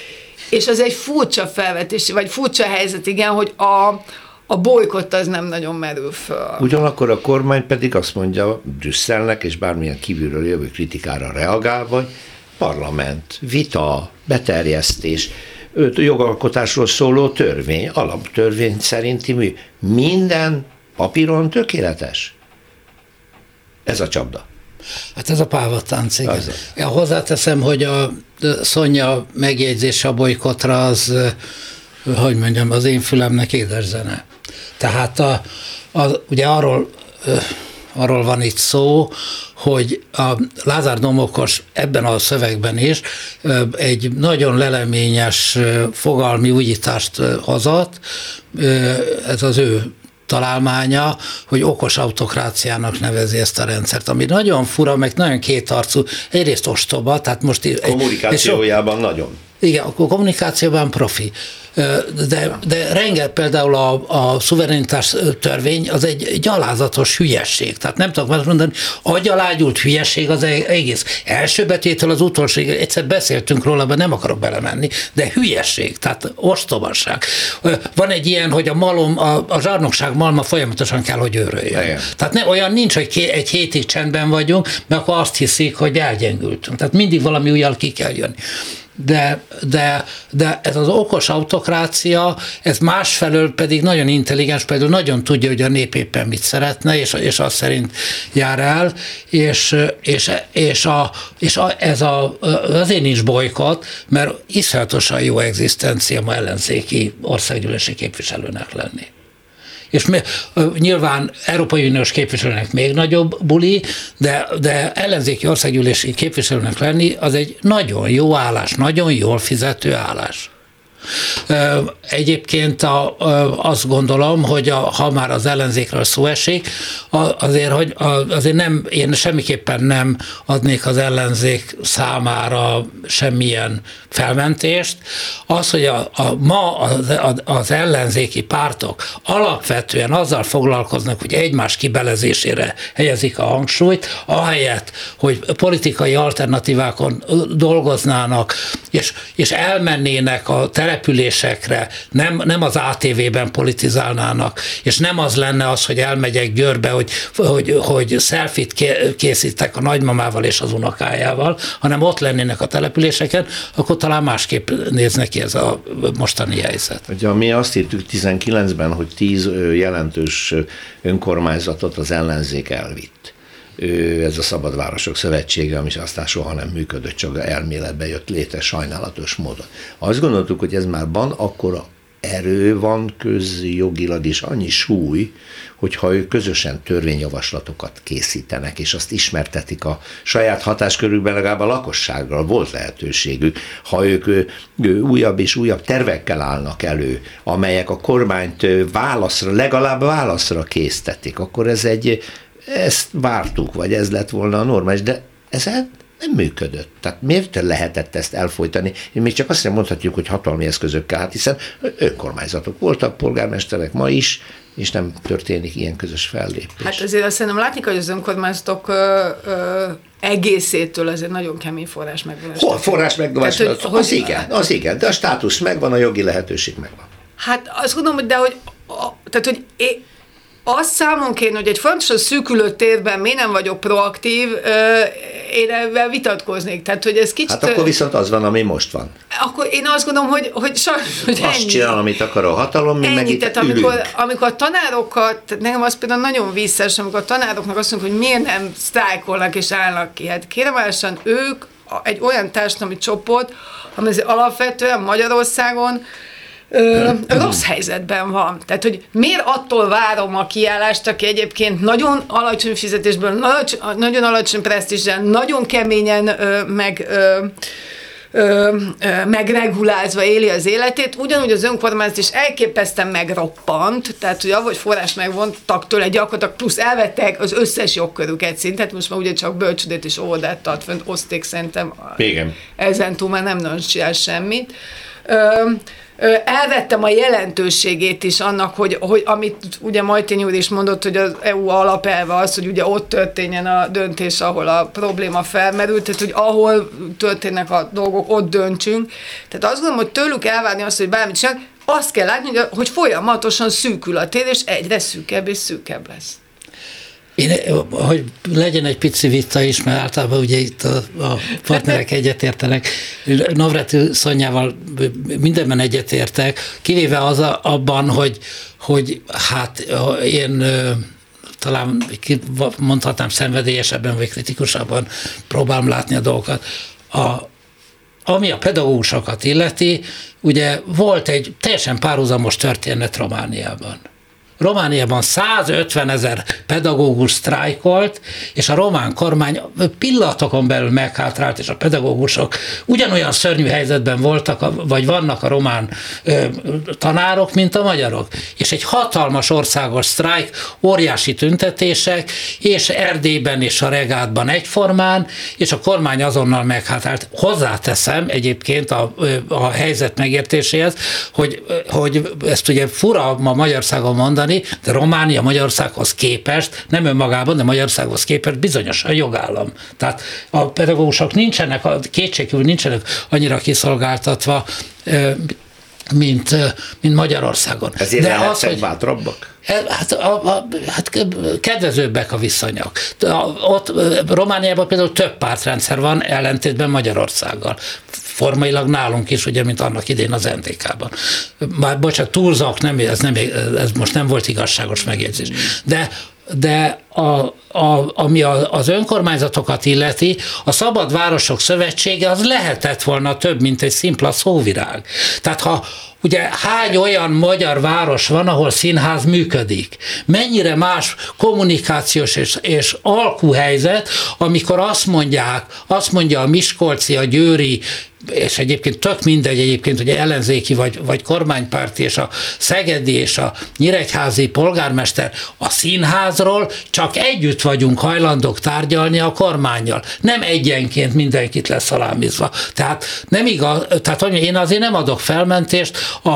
És az egy furcsa felvetés, vagy furcsa helyzet, igen, hogy a bolykott az nem nagyon merül föl. Ugyanakkor a kormány pedig azt mondja Brüsszelnek, és bármilyen kívülről jövő kritikára reagálva, hogy parlament, vita, beterjesztés, jogalkotásról szóló törvény, alaptörvény szerinti mű. Minden papíron tökéletes. Ez a csapda. Hát ez a pávattánc, igen. Ja, hozzáteszem, hogy a Szonya megjegyzése a bolykottra az, hogy mondjam, az én fülemnek édes zene. Tehát ugye arról van itt szó, hogy a Lázár Domokos ebben a szövegben is egy nagyon leleményes fogalmi újítást hozott, ez az ő találmánya, hogy okos autokráciának nevezi ezt a rendszert, ami nagyon fura, meg nagyon kétarcú, egyrészt ostoba, tehát most... Kommunikációjában nagyon. Igen, a kommunikációban profi. De rengeteg például a szuverenitás törvény az egy gyalázatos hülyesség. Tehát nem tudok más mondani, agyalágyult hülyesség az egész. Első betétel az utolsó, egyszer beszéltünk róla, de nem akarok belemenni, de hülyesség, tehát ostobaság. Van egy ilyen, hogy a malom, a zsarnokság malma folyamatosan kell, hogy őröljön. Igen. Tehát olyan nincs, hogy egy hétig csendben vagyunk, mert akkor azt hiszik, hogy elgyengültünk. Tehát mindig valami újjal ki kell jönni. De ez az okos autokrácia, ez másfelől pedig nagyon intelligens, például nagyon tudja, hogy a nép éppen mit szeretne, és azt szerint jár el, ez azért nincs bolykott, mert iszonyatosan jó egzisztencia ma ellenzéki országgyűlési képviselőnek lenni. És nyilván Európai Uniós képviselőnek még nagyobb buli, de ellenzéki országgyűlési képviselőnek lenni az egy nagyon jó állás, nagyon jól fizető állás. Egyébként azt gondolom, hogy ha már az ellenzékről szó esik, azért én semmiképpen nem adnék az ellenzék számára semmilyen felmentést. Az, hogy ma az ellenzéki pártok alapvetően azzal foglalkoznak, hogy egymás kibelezésére helyezik a hangsúlyt, ahelyett, hogy politikai alternatívákon dolgoznának, és elmennének a településekre, nem az ATV-ben politizálnának, és nem az lenne az, hogy elmegyek Győrbe, hogy selfie-t készítek a nagymamával és az unokájával, hanem ott lennének a településeken, akkor talán másképp néznek ki ez a mostani helyzet. Ugye mi azt írtuk 19-ben, hogy 10 jelentős önkormányzatot az ellenzék elvitt. Ez a Szabadvárosok Szövetsége, ami aztán soha nem működött, csak elméletbe jött létre sajnálatos módon. Azt gondoltuk, hogy ez már van, akkora erő van közjogilag is, annyi súly, hogyha ők közösen törvényjavaslatokat készítenek, és azt ismertetik a saját hatáskörükben, legalább a lakossággal volt lehetőségük, ha ők újabb és újabb tervekkel állnak elő, amelyek a kormányt legalább válaszra késztetik, akkor ezt vártuk, vagy ez lett volna a normális, de ez nem működött. Tehát miért lehetett ezt elfolytani? Én még csak azt nem mondhatjuk, hogy hatalmi eszközökkel, hiszen önkormányzatok voltak, polgármesterek ma is, és nem történik ilyen közös fellépés. Hát azért azt szerintem látni, hogy az önkormányzatok egészétől azért nagyon kemény forrás megvan. Forrás megvan, az igen, de a státusz megvan, a jogi lehetőség megvan. Hát azt gondolom, de hogy azt számon kéne, hogy egy fontos szűkülő térben miért nem vagyok proaktív, én ebben vitatkoznék. Tehát, hogy ez kicsit... Hát akkor viszont az van, ami most van. Akkor én azt gondolom, hogy sajnos, hogy azt ennyi. csinál, amit akar a hatalom, mi meg itt amikor a tanárokat, nekem az például nagyon visszás, amikor a tanároknak azt mondjuk, hogy miért nem sztrájkolnak és állnak ki. Hát kéremesen ők egy olyan társadalmi csoport, ami alapvetően Magyarországon rossz helyzetben van. Tehát, hogy miért attól várom a kiállást, aki egyébként nagyon alacsony fizetésből, nagyon alacsony presztízsel, nagyon keményen megregulázva éli az életét, ugyanúgy az önkormányzat is elképesztően megroppant, tehát hogy ahogy forrás megvontak tőle gyakorlatilag, plusz elvettek az összes jogkörüket szintet, most már ugye csak bölcsödét és óvodát tart fönt, oszték szerintem. Igen. Ezen túl már nem nagyon csinál semmit. elvettem a jelentőségét is annak, hogy amit ugye Majtényi úr is mondott, hogy az EU alapelve az, hogy ugye ott történjen a döntés, ahol a probléma felmerült, tehát hogy ahol történnek a dolgok, ott döntsünk. Tehát azt gondolom, hogy tőlük elvárni azt, hogy bármit csinálnak, azt kell látni, hogy folyamatosan szűkül a tér, és egyre szűkebb és szűkebb lesz. Hogy legyen egy pici vita is, mert általában ugye itt a partnerek egyetértenek. Navracsics Szonyával mindenben egyetértek, kivéve az abban, hogy hát én talán mondhatnám szenvedélyesebben vagy kritikusabban próbálom látni a dolgokat. Ami a pedagógusokat illeti, ugye volt egy teljesen párhuzamos történet Romániában. Romániában 150 000 pedagógus sztrájkolt, és a román kormány pillanatokon belül meghátrált, és a pedagógusok ugyanolyan szörnyű helyzetben voltak, vagy vannak a román tanárok, mint a magyarok. És egy hatalmas országos sztrájk, óriási tüntetések, és Erdélyben és a Regátban egyformán, és a kormány azonnal meghátrált. Hozzáteszem egyébként a helyzet megértéséhez, hogy ezt ugye fura ma Magyarországon mondani, de Románia Magyarországhoz képest, nem önmagában, de Magyarországhoz képest bizonyosan jogállam. Tehát a pedagógusok kétségkívül nincsenek annyira kiszolgáltatva, mint Magyarországon. Ezért lehetnek bátrabbak? Hát kedvezőbbek a viszonyok. Ott Romániában például több pártrendszer van, ellentétben Magyarországgal. Formailag nálunk is, ugye, mint annak idén az NDK-ban. Már bocsánat, túlzak, ez most nem volt igazságos megjegyzés. De ami az önkormányzatokat illeti, a Szabad Városok Szövetsége az lehetett volna több, mint egy szimpla szóvirág. Tehát ugye hány olyan magyar város van, ahol színház működik? Mennyire más kommunikációs és alkuhelyzet, amikor azt mondja a miskolci, a győri, és egyébként tök mindegy egyébként, ugye ellenzéki vagy kormánypárti, és a szegedi és a nyíregyházi polgármester a színházról csak együtt vagyunk hajlandók tárgyalni a kormánnyal. Nem egyenként mindenkit leszalámizva. Tehát nem igaz, tehát én azért nem adok felmentést,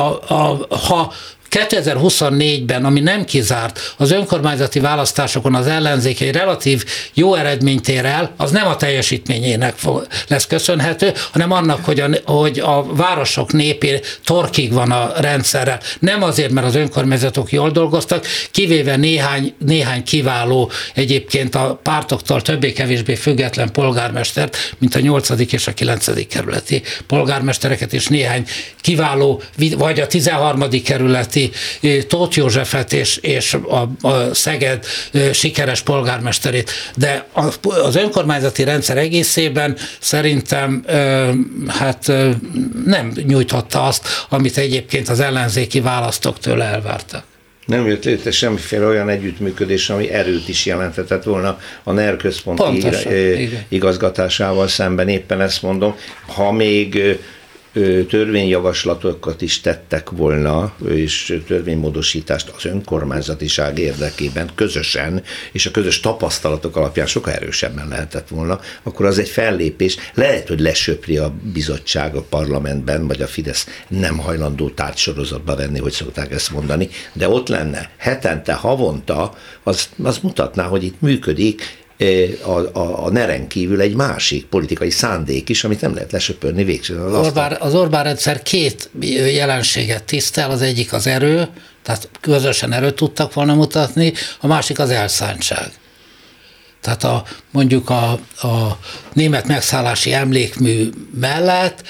ha 2024-ben, ami nem kizárt, az önkormányzati választásokon az ellenzék egy relatív jó eredményt ér el, az nem a teljesítményének lesz köszönhető, hanem annak, hogy a városok népé torkig van a rendszerrel. Nem azért, mert az önkormányzatok jól dolgoztak, kivéve néhány kiváló, egyébként a pártoktól többé-kevésbé független polgármestert, mint a 8. és a 9. kerületi polgármestereket, és néhány kiváló, vagy a 13. kerületi Tóth Józsefet és a Szeged sikeres polgármesterét. De az önkormányzati rendszer egészében szerintem nem nyújthatta azt, amit egyébként az ellenzéki választók tőle elvártak. Nem jött létre semmiféle olyan együttműködés, ami erőt is jelenthetett volna a NER központi igazgatásával szemben, éppen ezt mondom. Ha még törvényjavaslatokat is tettek volna, és törvénymódosítást az önkormányzatiság érdekében közösen, és a közös tapasztalatok alapján sokkal erősebben lehetett volna, akkor az egy fellépés. Lehet, hogy lesöpri a bizottság a parlamentben, vagy a Fidesz nem hajlandó tárgysorozatba venni, hogy szokták ezt mondani, de ott lenne hetente, havonta, az mutatná, hogy itt működik a NER-en kívül egy másik politikai szándék is, amit nem lehet lesöpörni végsősorban. Az Orbán rendszer két jelenséget tisztel, az egyik az erő, tehát közösen erőt tudtak volna mutatni, a másik az elszántság. Tehát mondjuk a német megszállási emlékmű mellett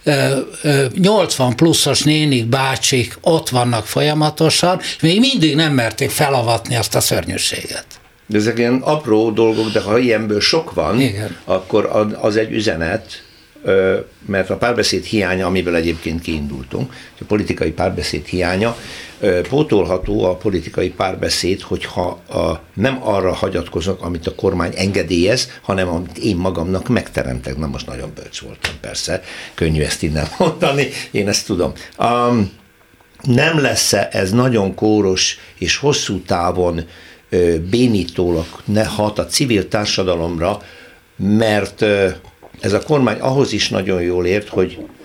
80 pluszos nénik, bácsik ott vannak folyamatosan, és még mindig nem merték felavatni azt a szörnyűséget. De ezek ilyen apró dolgok, de ha ilyenből sok van, igen, akkor az egy üzenet, mert a párbeszéd hiánya, amiből egyébként kiindultunk, a politikai párbeszéd hiánya, pótolható a politikai párbeszéd, hogyha nem arra hagyatkozok, amit a kormány engedélyez, hanem amit én magamnak megteremtek. Na most nagyon bölcs voltam, persze, könnyű ezt innen mondani, én ezt tudom. Nem lesz ez nagyon kóros és hosszú távon bénítólag ne hat a civil társadalomra, mert ez a kormány ahhoz is nagyon jól ért, hogy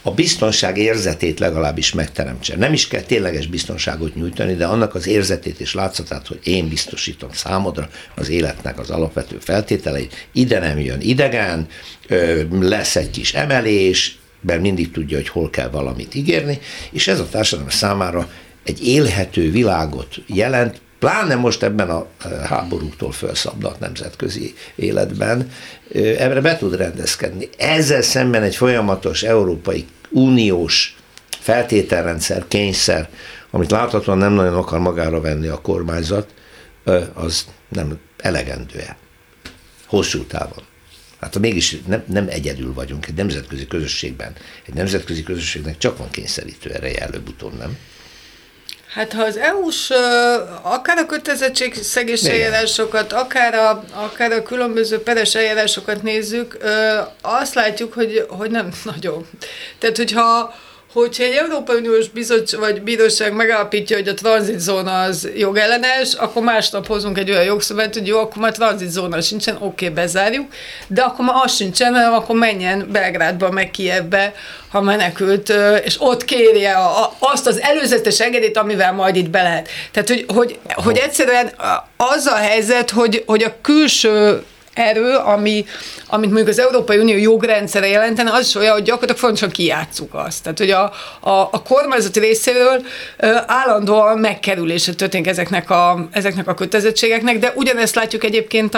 a biztonság érzetét legalábbis megteremtse. Nem is kell tényleges biztonságot nyújtani, de annak az érzetét és látszatát, hogy én biztosítom számodra az életnek az alapvető feltételeit, ide nem jön idegen, lesz egy kis emelés, mert mindig tudja, hogy hol kell valamit ígérni, és ez a társadalom számára egy élhető világot jelent, pláne most ebben a háborúktól felszabdalt nemzetközi életben, ebbre be tud rendezkedni. Ezzel szemben egy folyamatos Európai Uniós feltételrendszer, kényszer, amit láthatóan nem nagyon akar magára venni a kormányzat, az nem elegendő-e hosszú távon. Hát mégis nem egyedül vagyunk egy nemzetközi közösségben. Egy nemzetközi közösségnek csak van kényszerítő ereje előbb-utóbb, nem? Hát ha az EU-s akár a kötelezettségszegési eljárásokat, akár a különböző peres eljárásokat nézzük, azt látjuk, hogy nem nagyon. Tehát, hogyha egy Európai Uniós bíróság megállapítja, hogy a tranzitzóna az jogellenes, akkor másnap hozunk egy olyan jogszabályt, hogy jó, akkor már tranzitzóna sincsen, oké, bezárjuk, de akkor már az sincsen, hanem akkor menjen Belgrádba, meg Kijevbe, ha menekült, és ott kérje azt az előzetes engedélyt, amivel majd itt be lehet. Tehát, hogy egyszerűen az a helyzet, hogy a külső erő, amit mondjuk az Európai Unió jogrendszere jelentene, az is olyan, hogy gyakorlatilag fontosan kijátsszuk azt. Tehát, hogy a kormányzati részéről állandóan megkerülése történik ezeknek a kötelezettségeknek, de ugyanezt látjuk egyébként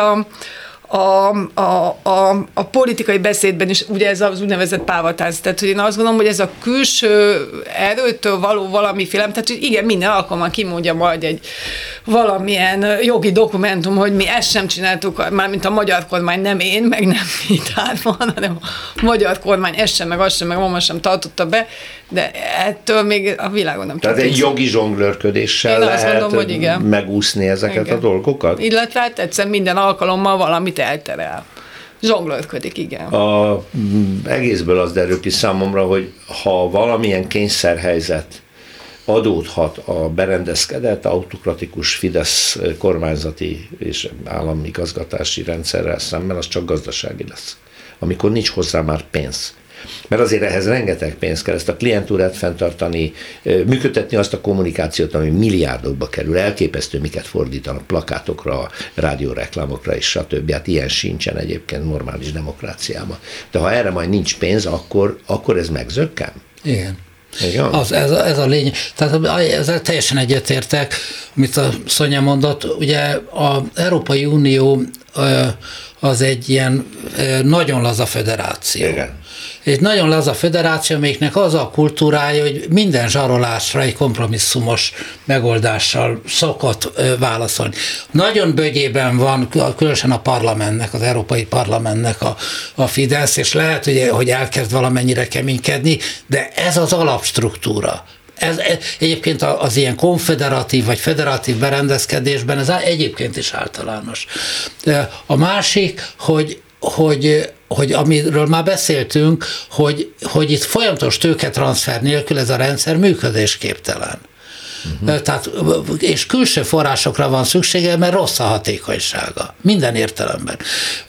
a politikai beszédben is, ugye ez az úgynevezett pávatáz. Tehát, hogy én azt gondolom, hogy ez a külső erőtől való valamiféle, tehát, hogy igen, minden alkalommal kimondja majd egy valamilyen jogi dokumentum, hogy mi ezt sem csináltuk, mármint a magyar kormány, nem én, meg nem mi tárban, hanem a magyar kormány ezt sem, meg azt sem, meg mama sem tartotta be, de ettől még a világon nem. Tehát egy jogi zsonglőrködéssel lehet mondom, hogy igen, megúszni ezeket a dolgokat? Illetve hát egyszerűen minden alkalommal valamit elterel. Zsonglőrködik, igen. Egészből az derül ki számomra, hogy ha valamilyen kényszerhelyzet adódhat a berendezkedett, autokratikus Fidesz kormányzati és államigazgatási rendszerrel szemben, az csak gazdasági lesz, amikor nincs hozzá már pénz. Mert azért ehhez rengeteg pénz kell, ezt a klientúrát fenntartani, működtetni azt a kommunikációt, ami milliárdokba kerül, elképesztő, miket fordítanak plakátokra, rádióreklámokra és stb. Hát ilyen sincsen egyébként normális demokráciában. De ha erre majd nincs pénz, akkor ez megzökken? Igen. Ez a lényeg. Tehát ezzel teljesen egyetértek, amit a Szonya mondott. Ugye az Európai Unió az egy ilyen nagyon laza föderáció. Igen. Egy nagyon laza föderáció, amelyiknek az a kultúrája, hogy minden zsarolásra egy kompromisszumos megoldással szokott válaszolni. Nagyon bögyében van, különösen a parlamentnek, az Európai Parlamentnek a Fidesz, és lehet, hogy elkezd valamennyire keménykedni, de ez az alapstruktúra. Ez egyébként az ilyen konfederatív vagy federatív berendezkedésben ez egyébként is általános. A másik, hogy amiről már beszéltünk, hogy itt folyamatos tőketranszfer nélkül ez a rendszer működésképtelen. Tehát, és külső forrásokra van szüksége, mert rossz a hatékonysága. Minden értelemben.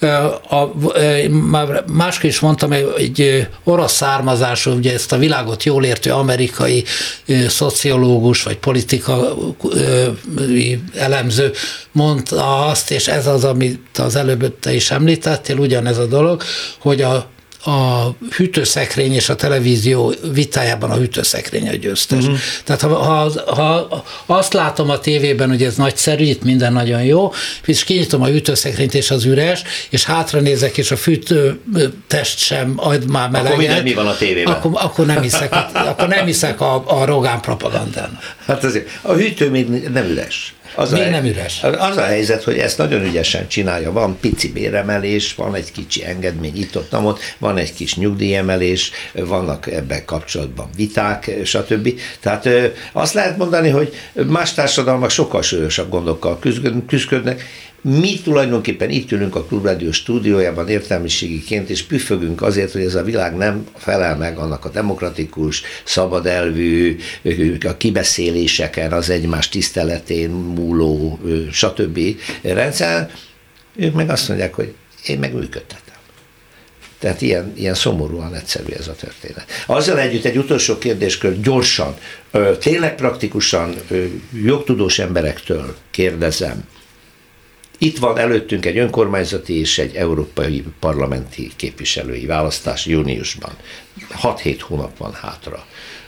Már máskor is mondtam, egy orosz származású, ugye ezt a világot jól értő amerikai szociológus, vagy politikai elemző mondta azt, és ez az, amit az előbb te is említettél, ugyanez a dolog, hogy a hűtőszekrény és a televízió vitájában a hűtőszekrény a győztes. Tehát ha azt látom a tévében, hogy ez nagyszerű, itt minden nagyon jó, és kinyitom a hűtőszekrényt és az üres, és hátranézek, és a fűtőtest sem ad már meleget. Akkor mi van a tévében? Akkor nem hiszek a Rogán propagandán. Hát azért, a hűtő még nem üres. Nem üres. Az a helyzet, hogy ezt nagyon ügyesen csinálja. Van pici béremelés, van egy kicsi engedmény itt-ott, van egy kis nyugdíjemelés, vannak ebben kapcsolatban viták, stb. Tehát azt lehet mondani, hogy más társadalmak sokkal súlyosabb gondokkal küzdködnek. Mi tulajdonképpen itt ülünk a Klubrádió stúdiójában értelmiségiként, és püffögünk azért, hogy ez a világ nem felel meg annak a demokratikus, szabad elvű, a kibeszéléseken, az egymás tiszteletén múló, stb. Rendszer. Ők meg azt mondják, hogy én meg működtetem. Tehát ilyen szomorúan egyszerű ez a történet. Azzal együtt egy utolsó kérdéskör gyorsan, tényleg praktikusan jogtudós emberektől kérdezem. Itt van előttünk egy önkormányzati és egy európai parlamenti képviselői választás júniusban. 6-7 hónap van hátra.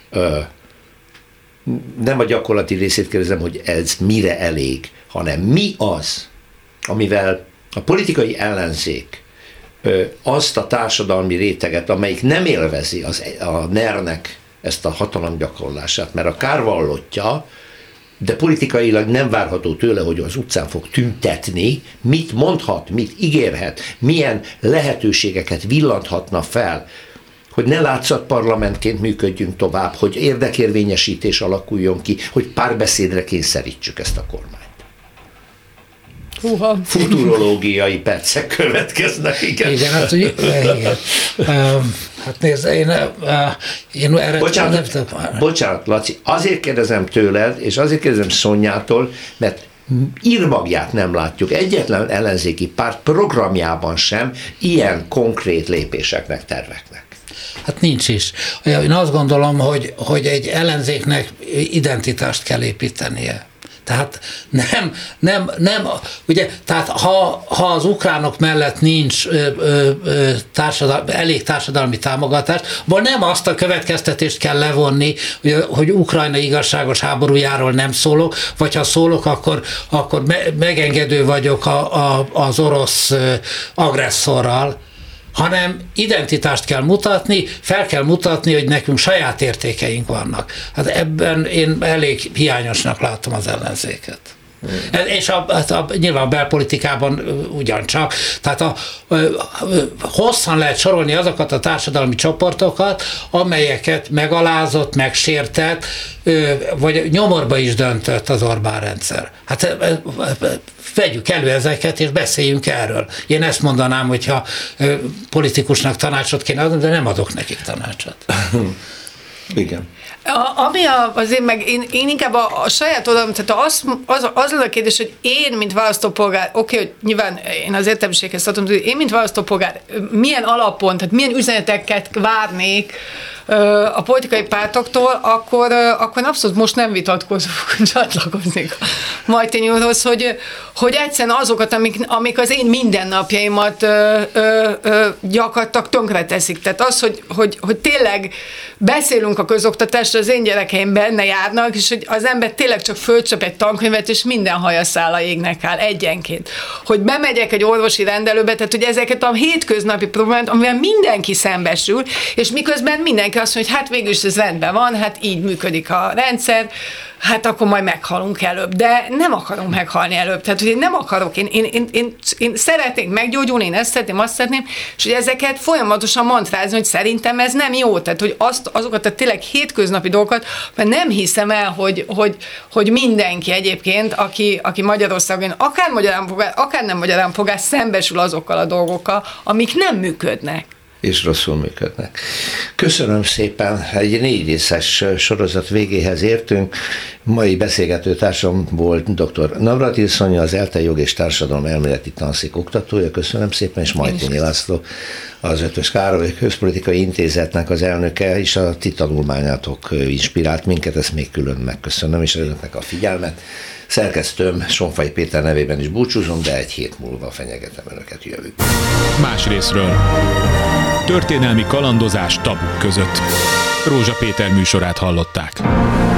Nem a gyakorlati részét kérdezem, hogy ez mire elég, hanem mi az, amivel a politikai ellenzék azt a társadalmi réteget, amelyik nem élvezi a NER-nek ezt a hatalomgyakorlását, mert a kárvallottja, de politikailag nem várható tőle, hogy az utcán fog tüntetni, mit mondhat, mit ígérhet, milyen lehetőségeket villanthatna fel, hogy ne látszatparlamentként működjünk tovább, hogy érdekérvényesítés alakuljon ki, hogy párbeszédre kényszerítsük ezt a kormányt. Futurológiai percek következnek, igen. Igen, hát, ugye, igen. Hát nézd, én erre... Bocsánat, Laci, azért kérdezem tőled, és azért kérdezem Szonyától, mert írmagját nem látjuk egyetlen ellenzéki párt programjában sem ilyen konkrét lépéseknek, terveknek. Hát nincs is. Én azt gondolom, hogy egy ellenzéknek identitást kell építenie. Tehát ugye, tehát ha az ukránok mellett nincs elég társadalmi támogatás, abból nem azt a következtetést kell levonni, hogy Ukrajna igazságos háborújáról nem szólok, vagy ha szólok, akkor megengedő vagyok az orosz agresszorral, hanem identitást kell mutatni, fel kell mutatni, hogy nekünk saját értékeink vannak. Hát ebben én elég hiányosnak látom az ellenzéket. És nyilván a belpolitikában ugyancsak. Tehát hosszan lehet sorolni azokat a társadalmi csoportokat, amelyeket megalázott, megsértett, vagy nyomorba is döntött az Orbán rendszer. Hát vegyük elő ezeket, és beszéljünk erről. Én ezt mondanám, hogyha politikusnak tanácsot kéne adni, de nem adok nekik tanácsot. Igen. Azért meg én inkább a saját oldalom, tehát az a kérdés, hogy én, mint választópolgár, hogy nyilván én az értelmiséghez tartom, hogy én, mint választópolgár, milyen alapon, tehát milyen üzeneteket várnék a politikai pártoktól, akkor abszolút most nem vitatkozunk, csatlakoznék Majtényi úrhoz, hogy egyszerűen azokat, amik az én mindennapjaimat gyakorlatilag tönkreteszik. Tehát az, hogy tényleg beszélünk a közoktatásról, az én gyerekeim benne járnak, és hogy az ember tényleg csak fölcsap egy tankönyvet, és minden haja száll a égnek áll egyenként. Hogy bemegyek egy orvosi rendelőbe, tehát hogy ezeket a hétköznapi problémát, amivel mindenki szembesül, és miközben mindenki azt mondja, hogy hát végül is ez rendben van, hát így működik a rendszer, hát akkor majd meghalunk előbb. De nem akarunk meghalni előbb. Tehát, hogy én nem akarok, én szeretnék meggyógyulni, én ezt szeretném, azt szeretném, és hogy ezeket folyamatosan mantrázni, hogy szerintem ez nem jó. Tehát, hogy azokat a tényleg hétköznapi dolgokat, mert nem hiszem el, hogy mindenki egyébként, aki Magyarországon, akár magyar állampolgár, akár nem magyar állampolgár, szembesül azokkal a dolgokkal, amik nem működnek. És rosszul működnek. Köszönöm szépen, egy 4 részes sorozat végéhez értünk. Mai beszélgető társam volt dr. Navratil Szonya, az ELTE Jog és Társadalom Elméleti Tanszék oktatója. Köszönöm szépen, és Majtényi László, az Eötvös Károly Közpolitikai Intézetnek az elnöke, és a ti tanulmányátok inspirált minket, ezt még külön megköszönöm, és önöknek a figyelmet. Szerkesztőm Sonfai Péter nevében is búcsúzom, de egy hét múlva fenyegetem önöket, jövök. Más részről. Történelmi kalandozás tabuk között. Rózsa Péter műsorát hallották.